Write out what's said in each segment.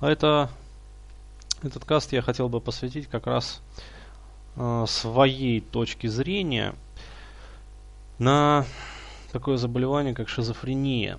Это, этот каст я хотел бы посвятить как раз своей точке зрения на такое заболевание, как шизофрения.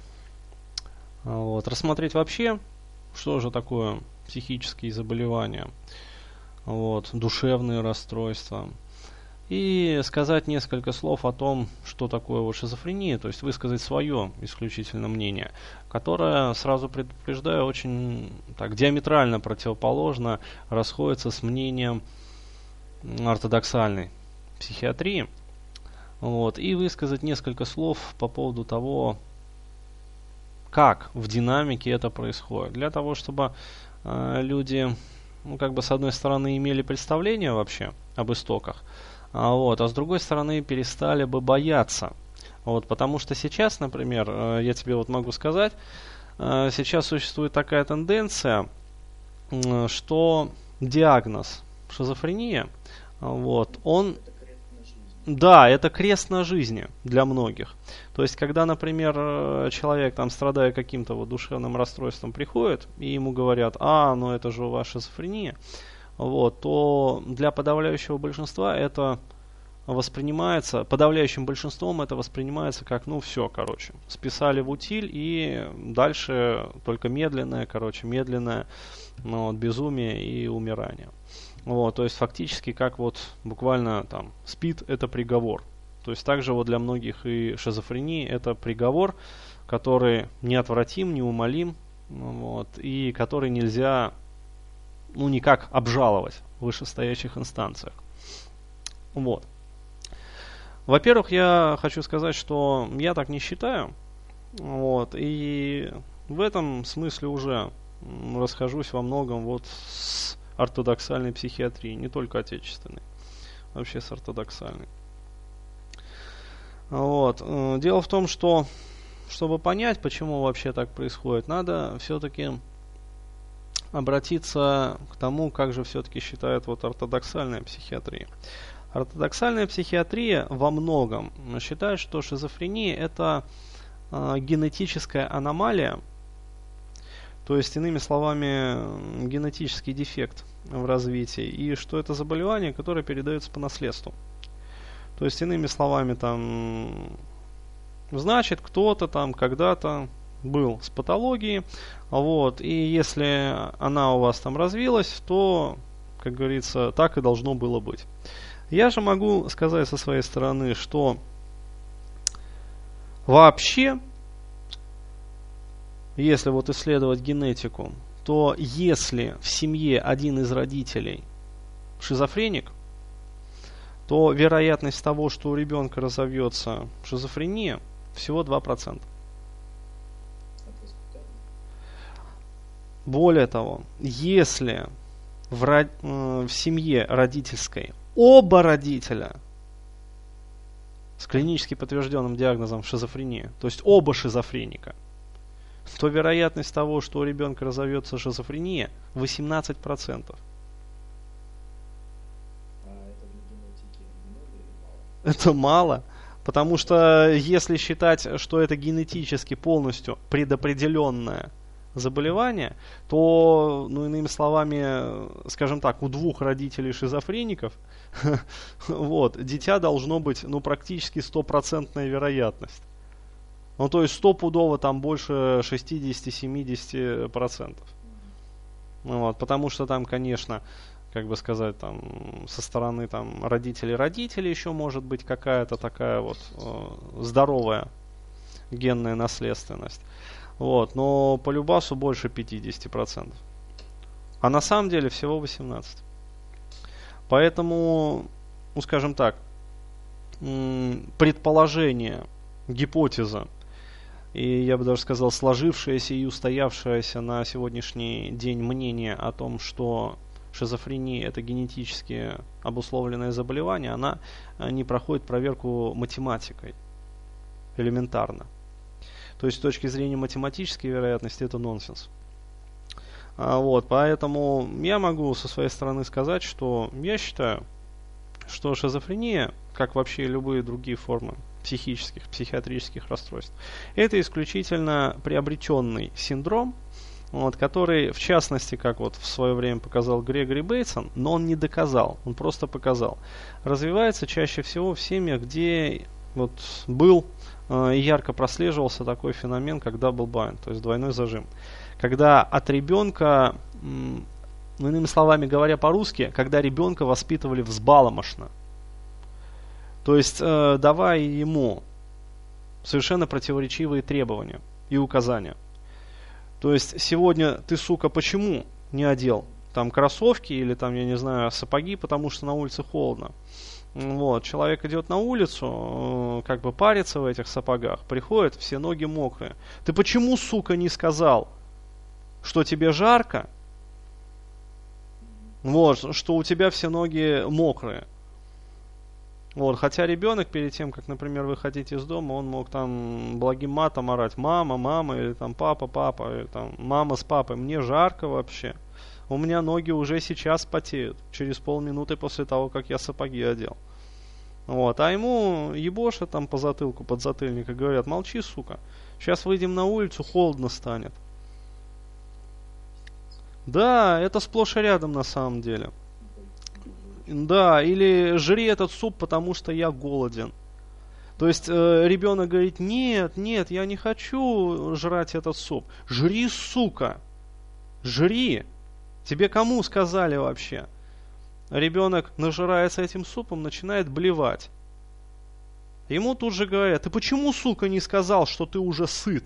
Вот. Рассмотреть вообще, что же такое психические заболевания, вот, душевные расстройства. И сказать несколько слов о том, что такое вот шизофрения, то есть высказать свое исключительно мнение, которое, сразу предупреждаю, очень так диаметрально противоположно расходится с мнением ортодоксальной психиатрии. Вот, и высказать несколько слов по поводу того, как в динамике это происходит. Для того, чтобы люди, ну, как бы с одной стороны, имели представление вообще об истоках, вот, а с другой стороны, перестали бы бояться. Вот, потому что сейчас, например, я тебе вот могу сказать, сейчас существует такая тенденция, что диагноз шизофрения, вот, он... Да, это крест на жизни для многих. То есть, когда, например, человек, там, страдая каким-то вот душевным расстройством, приходит, и ему говорят, ну это же у вас шизофрения, вот, то для подавляющего большинства это воспринимается, подавляющим большинством это воспринимается как, ну все, короче, списали в утиль, и дальше только медленное, ну, вот, безумие и умирание. Вот, то есть фактически как вот буквально там СПИД это приговор. То есть также вот для многих и шизофрения это приговор, который неотвратим, неумолим, вот, и который нельзя, ну, никак обжаловать в вышестоящих инстанциях. Вот. Во-первых, я хочу сказать, что я так не считаю. Вот, и в этом смысле уже расхожусь во многом вот с ортодоксальной психиатрией, не только отечественной, вообще с ортодоксальной. Вот. Дело в том, что чтобы понять, почему вообще так происходит, надо все-таки обратиться к тому, как же все-таки считает вот ортодоксальная психиатрия. Ортодоксальная психиатрия во многом считает, что шизофрения это генетическая аномалия, то есть, иными словами, генетический дефект в развитии, и что это заболевание, которое передается по наследству. То есть, иными словами, там, значит, кто-то там когда-то был с патологией, вот, и если она у вас там развилась, то, как говорится, так и должно было быть. Я же могу сказать со своей стороны, что вообще, если вот исследовать генетику, то если в семье один из родителей шизофреник, то вероятность того, что у ребенка разовьется шизофрения, всего 2%. Более того, если в семье родительской оба родителя с клинически подтвержденным диагнозом шизофрения, то есть оба шизофреника, то вероятность того, что у ребенка разовьется шизофрения, 18%. Это мало, потому что если считать, что это генетически полностью предопределенное заболевание, то, ну, иными словами, скажем так, у двух родителей шизофреников вот, дитя должно быть, ну, практически 100% вероятность. Ну, то есть стопудово там больше 60-70%. Ну, вот, потому что там, конечно, как бы сказать, там, со стороны там родителей еще может быть какая-то такая вот здоровая генная наследственность. Вот, но по любасу больше 50%. А на самом деле всего 18%. Поэтому, ну, скажем так, предположение, гипотеза, и я бы даже сказал сложившееся и устоявшееся на сегодняшний день мнение о том, что шизофрения это генетически обусловленное заболевание, она не проходит проверку математикой элементарно. То есть с точки зрения математической вероятности это нонсенс. Вот, поэтому я могу со своей стороны сказать, что я считаю, что шизофрения, как вообще и любые другие формы психических, психиатрических расстройств, это исключительно приобретенный синдром, вот, который, в частности, как вот в свое время показал Грегори Бейтсон, но он не доказал, он просто показал, развивается чаще всего в семьях, где вот был и ярко прослеживался такой феномен, как дабл-байн, то есть двойной зажим. Когда от ребенка, ну, иными словами говоря по-русски, когда ребенка воспитывали взбаломошно. То есть давая ему совершенно противоречивые требования и указания. То есть сегодня ты, сука, почему не одел там кроссовки или там, я не знаю, сапоги, потому что на улице холодно. Вот, человек идет на улицу, как бы парится в этих сапогах, приходит, все ноги мокрые. Ты почему, сука, не сказал, что тебе жарко? Вот, что у тебя все ноги мокрые. Вот, хотя ребенок перед тем, как, например, выходить из дома, он мог там благим матом орать: мама, мама, или там папа, папа, или там мама с папой, мне жарко вообще. У меня ноги уже сейчас потеют, через полминуты после того, как я сапоги одел. Вот, а ему ебошат там по затылку, подзатыльника, говорят: молчи, сука, сейчас выйдем на улицу, холодно станет. Да, это сплошь и рядом на самом деле. Да, или жри этот суп, потому что я голоден. То есть ребенок говорит: нет, нет, я не хочу жрать этот суп. Жри, сука, жри. Тебе кому сказали вообще? Ребенок нажирается этим супом, начинает блевать. Ему тут же говорят: ты почему, сука, не сказал, что ты уже сыт?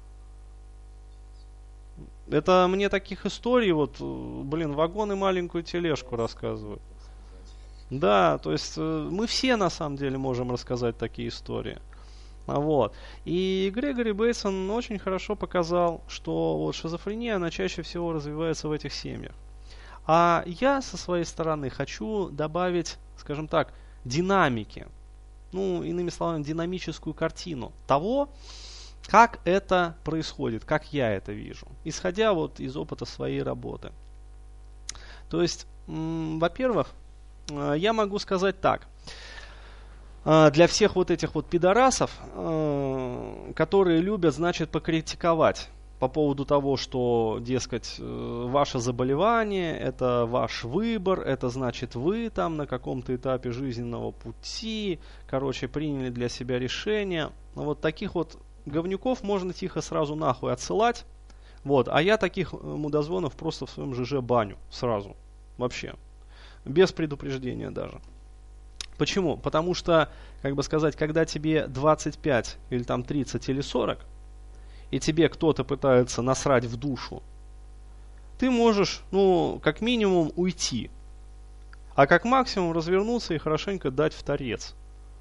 Это мне таких историй, вот, вагон и маленькую тележку рассказывают. Да, то есть мы все на самом деле можем рассказать такие истории. Вот. И Грегори Бейтсон очень хорошо показал, что вот шизофрения, она чаще всего развивается в этих семьях. А я со своей стороны хочу добавить, скажем так, динамики. Ну, иными словами, динамическую картину того, как это происходит, как я это вижу, исходя вот из опыта своей работы. То есть, во-первых, я могу сказать так. Для всех вот этих вот пидорасов, которые любят, значит, покритиковать по поводу того, что, дескать, ваше заболевание, это ваш выбор, это значит вы там на каком-то этапе жизненного пути, короче, приняли для себя решение. Вот таких вот говнюков можно тихо сразу нахуй отсылать. Вот, а я таких мудозвонов просто в своем ЖЖ баню сразу, вообще, без предупреждения даже. Почему? Потому что, как бы сказать, когда тебе 25 или там 30 или 40, и тебе кто-то пытается насрать в душу, ты можешь, ну, как минимум уйти, а как максимум развернуться и хорошенько дать в торец.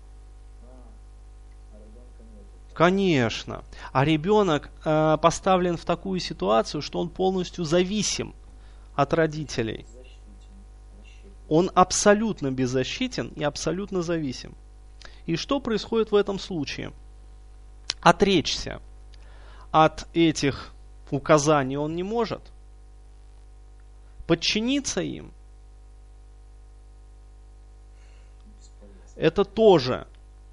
Конечно. А ребенок поставлен в такую ситуацию, что он полностью зависим от родителей. Он абсолютно беззащитен и абсолютно зависим. И что происходит в этом случае? Отречься от этих указаний он не может. Подчиниться им — это тоже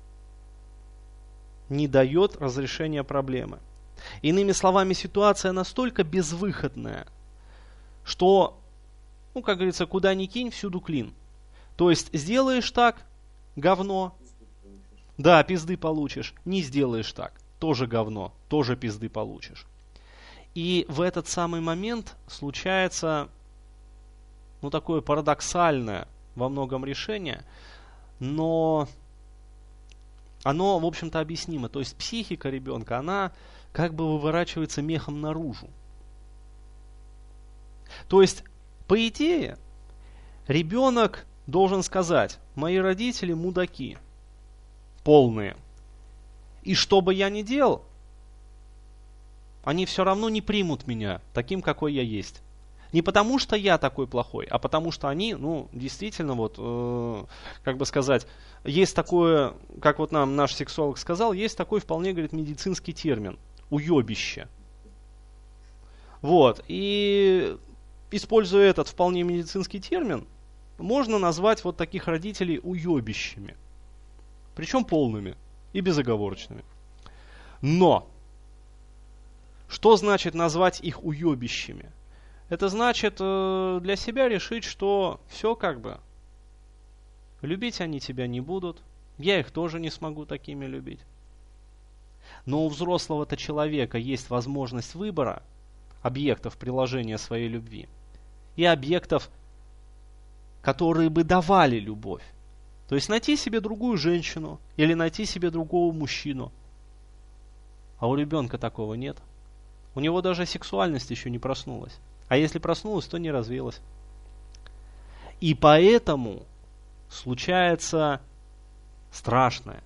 не дает разрешения проблемы. Иными словами, ситуация настолько безвыходная, что, ну, как говорится, куда ни кинь, всюду клин. То есть сделаешь так — говно. Да, пизды получишь. Не сделаешь так — тоже говно, тоже пизды получишь. И в этот самый момент случается, ну, такое парадоксальное во многом решение, но оно, в общем-то, объяснимо. То есть психика ребенка, она как бы выворачивается мехом наружу. То есть, по идее, ребенок должен сказать: мои родители мудаки, полные. И что бы я ни делал, они все равно не примут меня таким, какой я есть. Не потому, что я такой плохой, а потому, что они, ну, действительно, вот, как бы сказать, есть такое, как вот нам наш сексолог сказал, есть такой вполне, говорит, медицинский термин — уебище. Вот, и используя этот вполне медицинский термин, можно назвать вот таких родителей уебищами. Причем полными и безоговорочными. Но Что значит назвать их уебищами? Это значит для себя решить, что все как бы. Любить они тебя не будут. Я их тоже не смогу такими любить. Но у взрослого-то человека есть возможность выбора объектов приложения своей любви и объектов, которые бы давали любовь. То есть найти себе другую женщину или найти себе другого мужчину. А у ребенка такого нет. У него даже сексуальность еще не проснулась. А если проснулась, то не развилась. И поэтому случается страшное.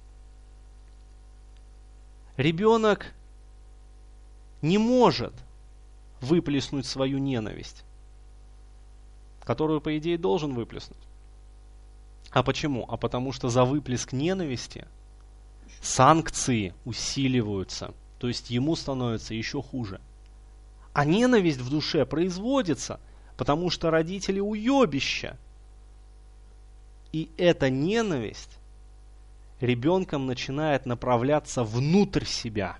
Ребенок не может выплеснуть свою ненависть, которую, по идее, должен выплеснуть. А почему? А потому что за выплеск ненависти санкции усиливаются. То есть ему становится еще хуже. А ненависть в душе производится, потому что родители уебища. И эта ненависть ребенком начинает направляться внутрь себя.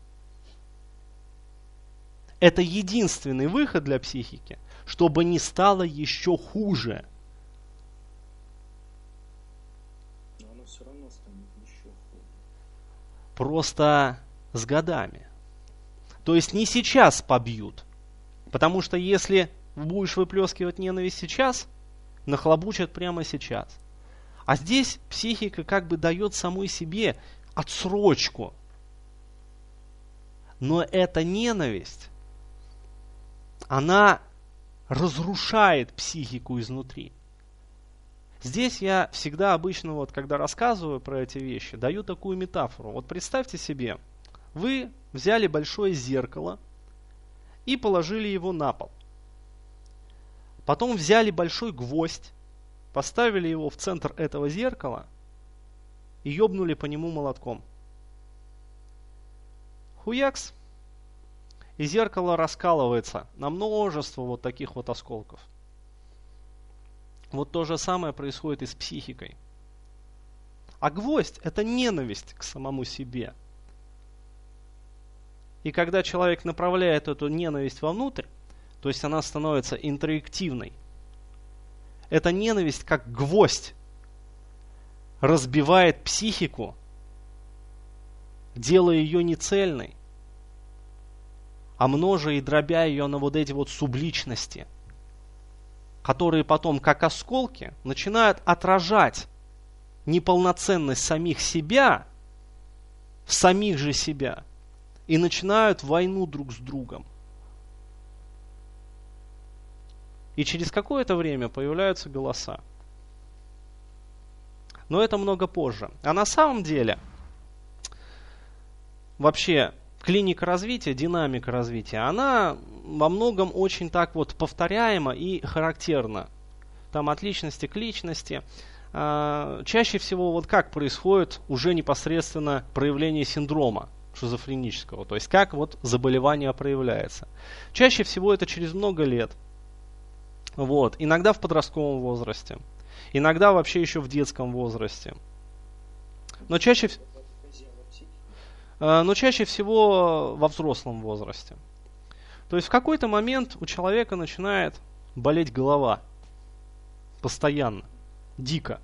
Это единственный выход для психики, чтобы не стало еще хуже. Но оно все равно станет еще хуже. Просто с годами. То есть не сейчас побьют. Потому что если будешь выплескивать ненависть сейчас, нахлобучат прямо сейчас. А здесь психика как бы дает самой себе отсрочку. Но эта ненависть, она разрушает психику изнутри. Здесь я всегда обычно, вот, когда рассказываю про эти вещи, даю такую метафору. Вот представьте себе, вы взяли большое зеркало и положили его на пол. Потом взяли большой гвоздь, поставили его в центр этого зеркала и ёбнули по нему молотком. Хуякс! И зеркало раскалывается на множество вот таких вот осколков. Вот то же самое происходит и с психикой. А гвоздь – это ненависть к самому себе. И когда человек направляет эту ненависть вовнутрь, то есть она становится интроективной, эта ненависть, как гвоздь, разбивает психику, делая ее не цельной, а множа и дробя ее на вот эти вот субличности, которые потом, как осколки, начинают отражать неполноценность самих себя в самих же себя и начинают войну друг с другом. И через какое-то время появляются голоса. Но это много позже. А на самом деле, вообще, клиника развития, динамика развития, она во многом очень так вот повторяема и характерна. Там от личности к личности. Чаще всего вот как происходит уже непосредственно проявление синдрома шизофренического. То есть как вот заболевание проявляется. Чаще всего это через много лет. Вот. Иногда в подростковом возрасте. Иногда вообще еще в детском возрасте. Но чаще всего во взрослом возрасте. То есть в какой-то момент у человека начинает болеть голова. Постоянно. Дико.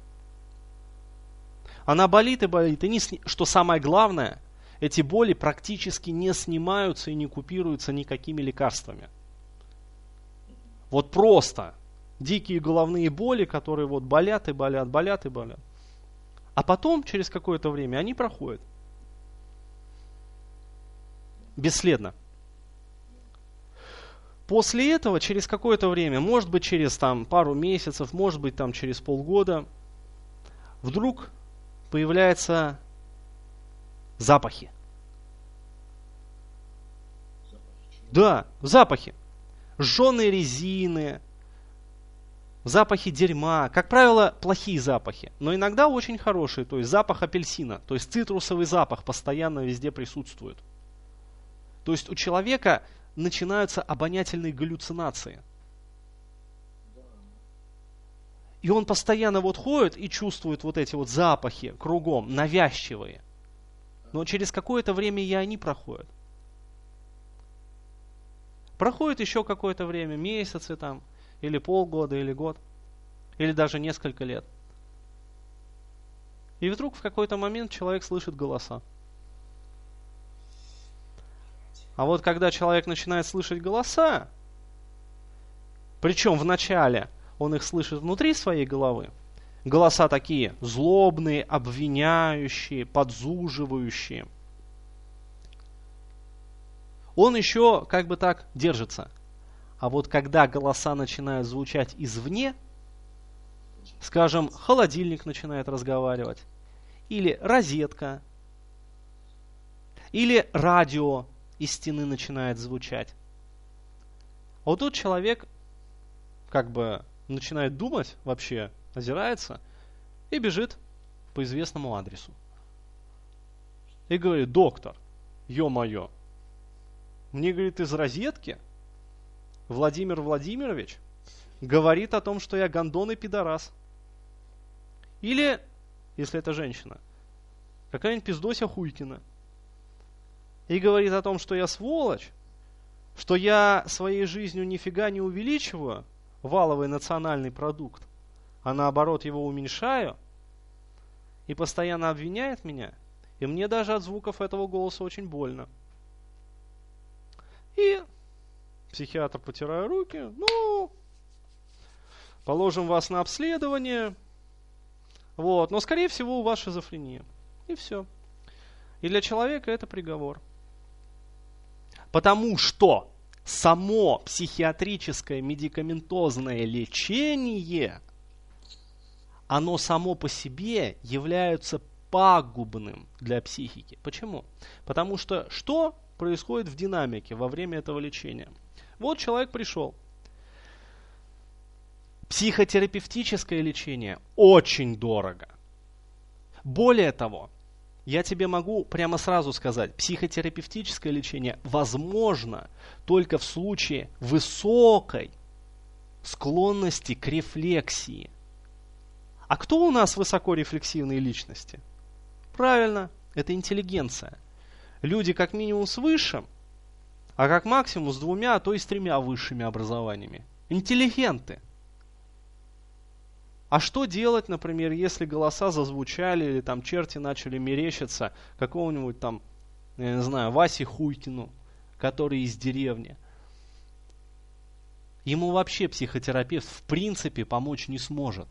Она болит и болит. И что самое главное, эти боли практически не снимаются и не купируются никакими лекарствами. Вот просто дикие головные боли, которые вот болят и болят, болят и болят. А потом, через какое-то время, они проходят. Бесследно. После этого, через какое-то время, может быть через там, пару месяцев, может быть там, через полгода, вдруг появляются запахи. Да, запахи. Жженые резины, запахи дерьма. Как правило, плохие запахи, но иногда очень хорошие. То есть запах апельсина, то есть цитрусовый запах постоянно везде присутствует. То есть у человека начинаются обонятельные галлюцинации. И он постоянно вот ходит и чувствует вот эти вот запахи кругом, навязчивые. Но через какое-то время и они проходят. Проходит еще какое-то время, месяцы там, или полгода, или год, или даже несколько лет. И вдруг в какой-то момент человек слышит голоса. А вот когда человек начинает слышать голоса, причем вначале он их слышит внутри своей головы, голоса такие злобные, обвиняющие, подзуживающие, он еще как бы так держится. А вот когда голоса начинают звучать извне, скажем, холодильник начинает разговаривать, или розетка, или радио из стены начинает звучать. Вот тут человек как бы начинает думать вообще, озирается и бежит по известному адресу. И говорит: доктор, ё-моё, мне, говорит, из розетки Владимир Владимирович говорит о том, что я гондон и пидорас. Или, если это женщина, какая-нибудь пиздося Хуйкина. И говорит о том, что я сволочь, что я своей жизнью нифига не увеличиваю валовый национальный продукт, а наоборот его уменьшаю, и постоянно обвиняет меня, и мне даже от звуков этого голоса очень больно. И психиатр, потирая руки: ну, положим вас на обследование, вот, но скорее всего у вас шизофрения. И все. И для человека это приговор. Потому что само психиатрическое медикаментозное лечение, оно само по себе является пагубным для психики. Почему? Потому что происходит в динамике во время этого лечения? Вот человек пришел. Психотерапевтическое лечение очень дорого. Более того, я тебе могу прямо сразу сказать, психотерапевтическое лечение возможно только в случае высокой склонности к рефлексии. А кто у нас высокорефлексивные личности? Правильно, это интеллигенция. Люди как минимум с высшим, а как максимум с 2, а то и с 3 высшими образованиями. Интеллигенты. А что делать, например, если голоса зазвучали или там черти начали мерещиться какому-нибудь там, я не знаю, Васе Хуйкину, который из деревни? Ему вообще психотерапевт в принципе помочь не сможет.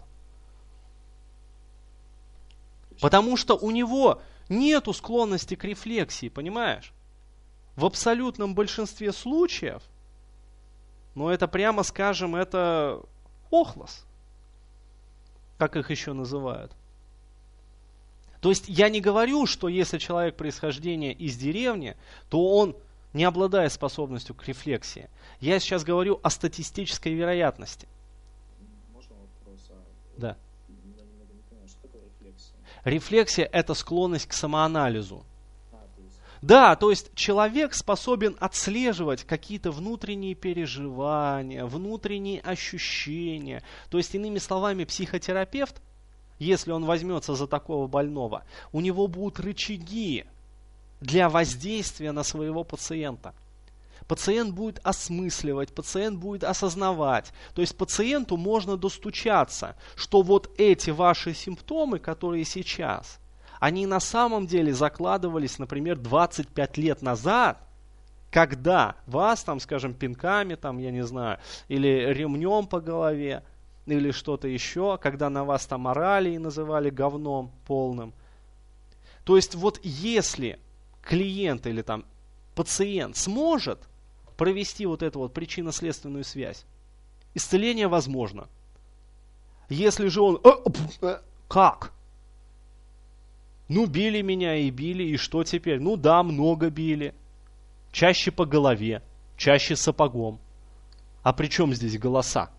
Потому что у него нету склонности к рефлексии, понимаешь? В абсолютном большинстве случаев, но это прямо скажем, это охлос, как их еще называют. То есть я не говорю, что если человек происхождения из деревни, то он не обладает способностью к рефлексии. Я сейчас говорю о статистической вероятности. Можно вопрос? Да. Я немного не понимаю, что такое рефлексия? Рефлексия – это склонность к самоанализу. Да, то есть человек способен отслеживать какие-то внутренние переживания, внутренние ощущения. То есть, иными словами, психотерапевт, если он возьмется за такого больного, у него будут рычаги для воздействия на своего пациента. Пациент будет осмысливать, пациент будет осознавать. То есть пациенту можно достучаться, что вот эти ваши симптомы, которые сейчас, они на самом деле закладывались, например, 25 лет назад, когда вас там, скажем, пинками, там, я не знаю, или ремнем по голове, или что-то еще, когда на вас там орали и называли говном полным. То есть вот если клиент или там пациент сможет провести вот эту вот причинно-следственную связь, исцеление возможно. Если же он... Как? Ну, били меня и били, и что теперь? Ну да, много били. Чаще по голове, чаще сапогом. А при чем здесь голоса?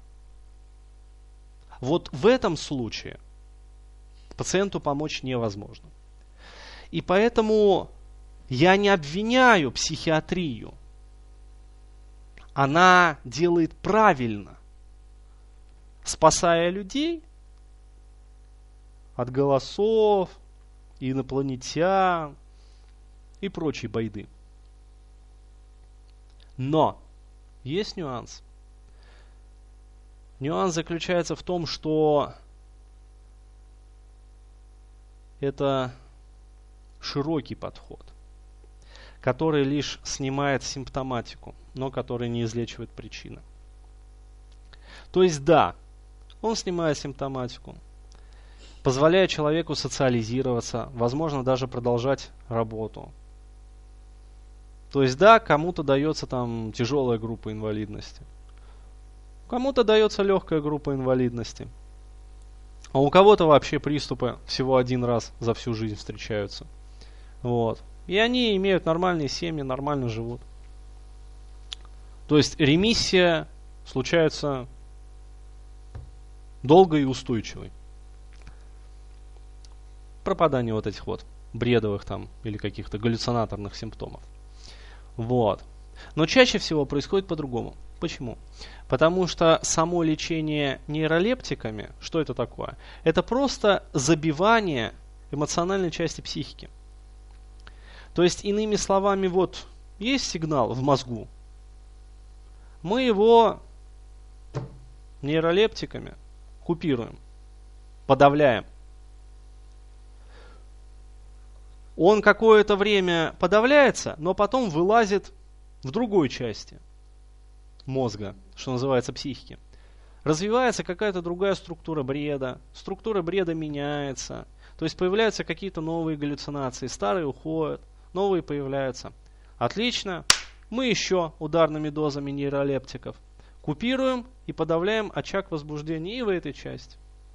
Вот в этом случае пациенту помочь невозможно. И поэтому я не обвиняю психиатрию. Она делает правильно, спасая людей от голосов, инопланетян и прочей байды. Но Есть нюанс. Нюанс заключается в том, что это широкий подход, который лишь снимает симптоматику, но который не излечивает причины. То есть да, он снимает симптоматику, позволяет человеку социализироваться, возможно, даже продолжать работу. То есть да, кому-то дается там тяжелая группа инвалидности, кому-то дается легкая группа инвалидности, а у кого-то вообще приступы всего один раз за всю жизнь встречаются. Вот. И они имеют нормальные семьи, нормально живут. То есть ремиссия случается долгой и устойчивой. Пропадание вот этих вот бредовых там или каких-то галлюцинаторных симптомов. Вот. Но чаще всего происходит по-другому. Почему? Потому что само лечение нейролептиками, что это такое? Это просто забивание эмоциональной части психики. То есть, иными словами, вот есть сигнал в мозгу, мы его нейролептиками купируем, подавляем. Он какое-то время подавляется, но потом вылазит в другой части мозга, что называется психики. Развивается какая-то другая структура бреда меняется, то есть появляются какие-то новые галлюцинации, старые уходят, новые появляются. Отлично, мы еще ударными дозами нейролептиков купируем и подавляем очаг возбуждения и в этой части.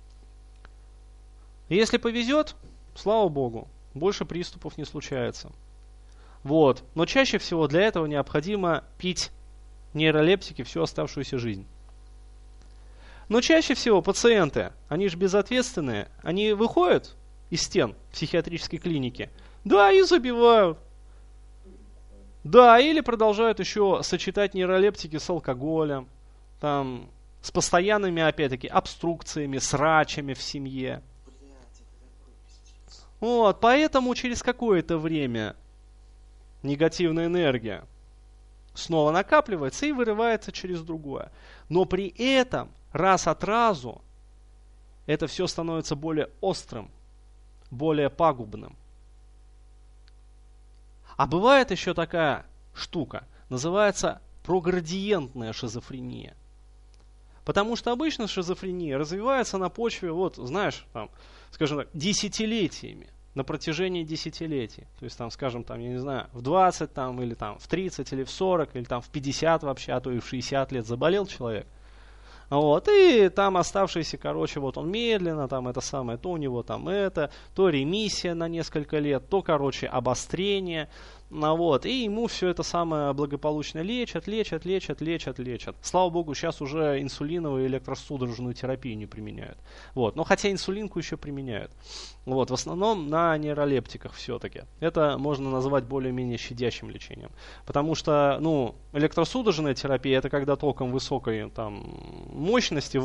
Если повезет, слава богу, больше приступов не случается. Вот. Но чаще всего для этого необходимо пить нейролептики всю оставшуюся жизнь. Но чаще всего пациенты, они же безответственные, они выходят из стен психиатрической клиники, да, и забивают. Да, или продолжают еще сочетать нейролептики с алкоголем, там, с постоянными, опять-таки, обструкциями, срачами в семье. Вот, поэтому через какое-то время негативная энергия снова накапливается и вырывается через другое. Но при этом раз от разу это все становится более острым, более пагубным. А бывает еще такая штука, называется проградиентная шизофрения. Потому что обычно шизофрения развивается на почве, вот, знаешь, там, скажем так, десятилетиями, на протяжении десятилетий. То есть, там, скажем, там, я не знаю, в 20, там, или там, в 30, или в 40, или там, в 50 вообще, а то и в 60 лет заболел человек. Вот, и там оставшиеся, короче, вот он медленно, там это самое, то у него там это, то ремиссия на несколько лет, то, короче, обострение, вот, и ему все это самое благополучно лечат. Слава богу, сейчас уже инсулиновую и электросудорожную терапию не применяют. Вот, но хотя инсулинку еще применяют. Вот, в основном на нейролептиках все-таки. Это можно назвать более-менее щадящим лечением. Потому что, ну, электросудорожная терапия, это когда током высокой там мощности,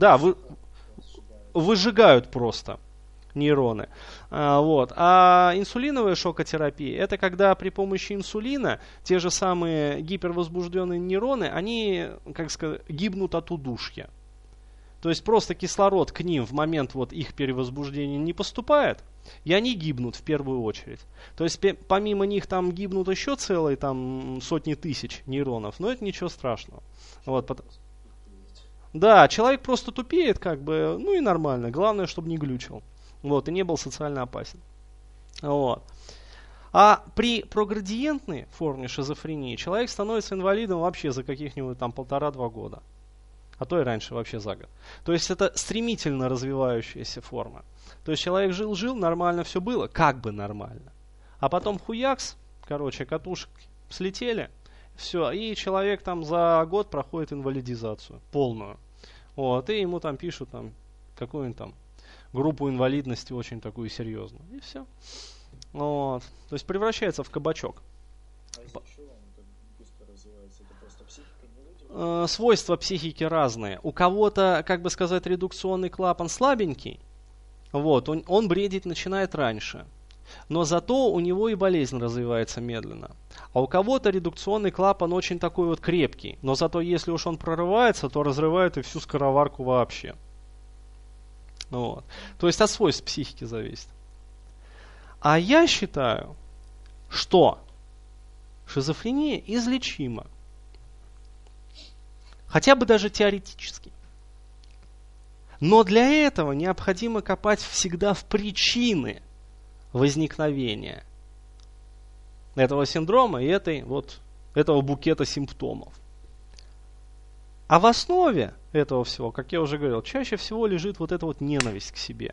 выжигают просто нейроны. Вот. А инсулиновая шокотерапия, это когда при помощи инсулина те же самые гипервозбужденные нейроны, они, как сказать, гибнут от удушья. То есть просто кислород к ним в момент вот их перевозбуждения не поступает, и они гибнут в первую очередь. То есть помимо них там гибнут еще целые там сотни тысяч нейронов, но это ничего страшного. Вот. Да, человек просто тупеет, как бы, ну и нормально. Главное, чтобы не глючил. Вот, и не был социально опасен. Вот. А при проградиентной форме шизофрении человек становится инвалидом вообще за каких-нибудь там 1,5-2 года. А то и раньше вообще за год. То есть это стремительно развивающаяся форма. То есть человек жил-жил, нормально все было, как бы нормально. А потом хуякс, короче, катушки слетели, все, и человек там за год проходит инвалидизацию полную. Вот, и ему там пишут там какую-нибудь там группу инвалидности очень такую серьезную. И все. Вот. То есть превращается в кабачок. А из-за чего он так быстро развивается? Это просто психика не выдерживает? Свойства психики разные. У кого-то, как бы сказать, редукционный клапан слабенький. Вот, он бредить начинает раньше. Но зато у него и болезнь развивается медленно. А у кого-то редукционный клапан очень такой вот крепкий. Но зато если уж он прорывается, то разрывает и всю скороварку вообще. Вот. То есть от свойств психики зависит. А я считаю, что шизофрения излечима. Хотя бы даже теоретически. Но для этого необходимо копать всегда в причины возникновения этого синдрома и этого букета симптомов. А в основе этого всего, как я уже говорил, чаще всего лежит вот эта вот ненависть к себе,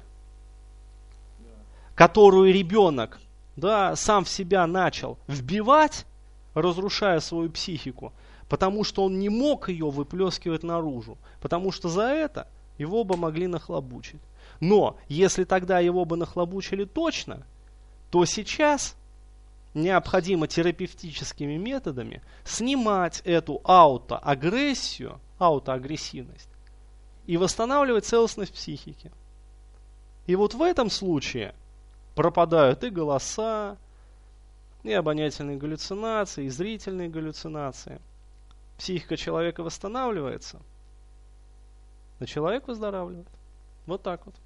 которую ребенок, сам в себя начал вбивать, разрушая свою психику, потому что он не мог ее выплескивать наружу, потому что за это его бы могли нахлобучить. Но если тогда его бы нахлобучили точно, то сейчас необходимо терапевтическими методами снимать эту аутоагрессию, аутоагрессивность и восстанавливать целостность психики. И вот в этом случае пропадают и голоса, и обонятельные галлюцинации, и зрительные галлюцинации. Психика человека восстанавливается, а человек выздоравливает. Вот так вот.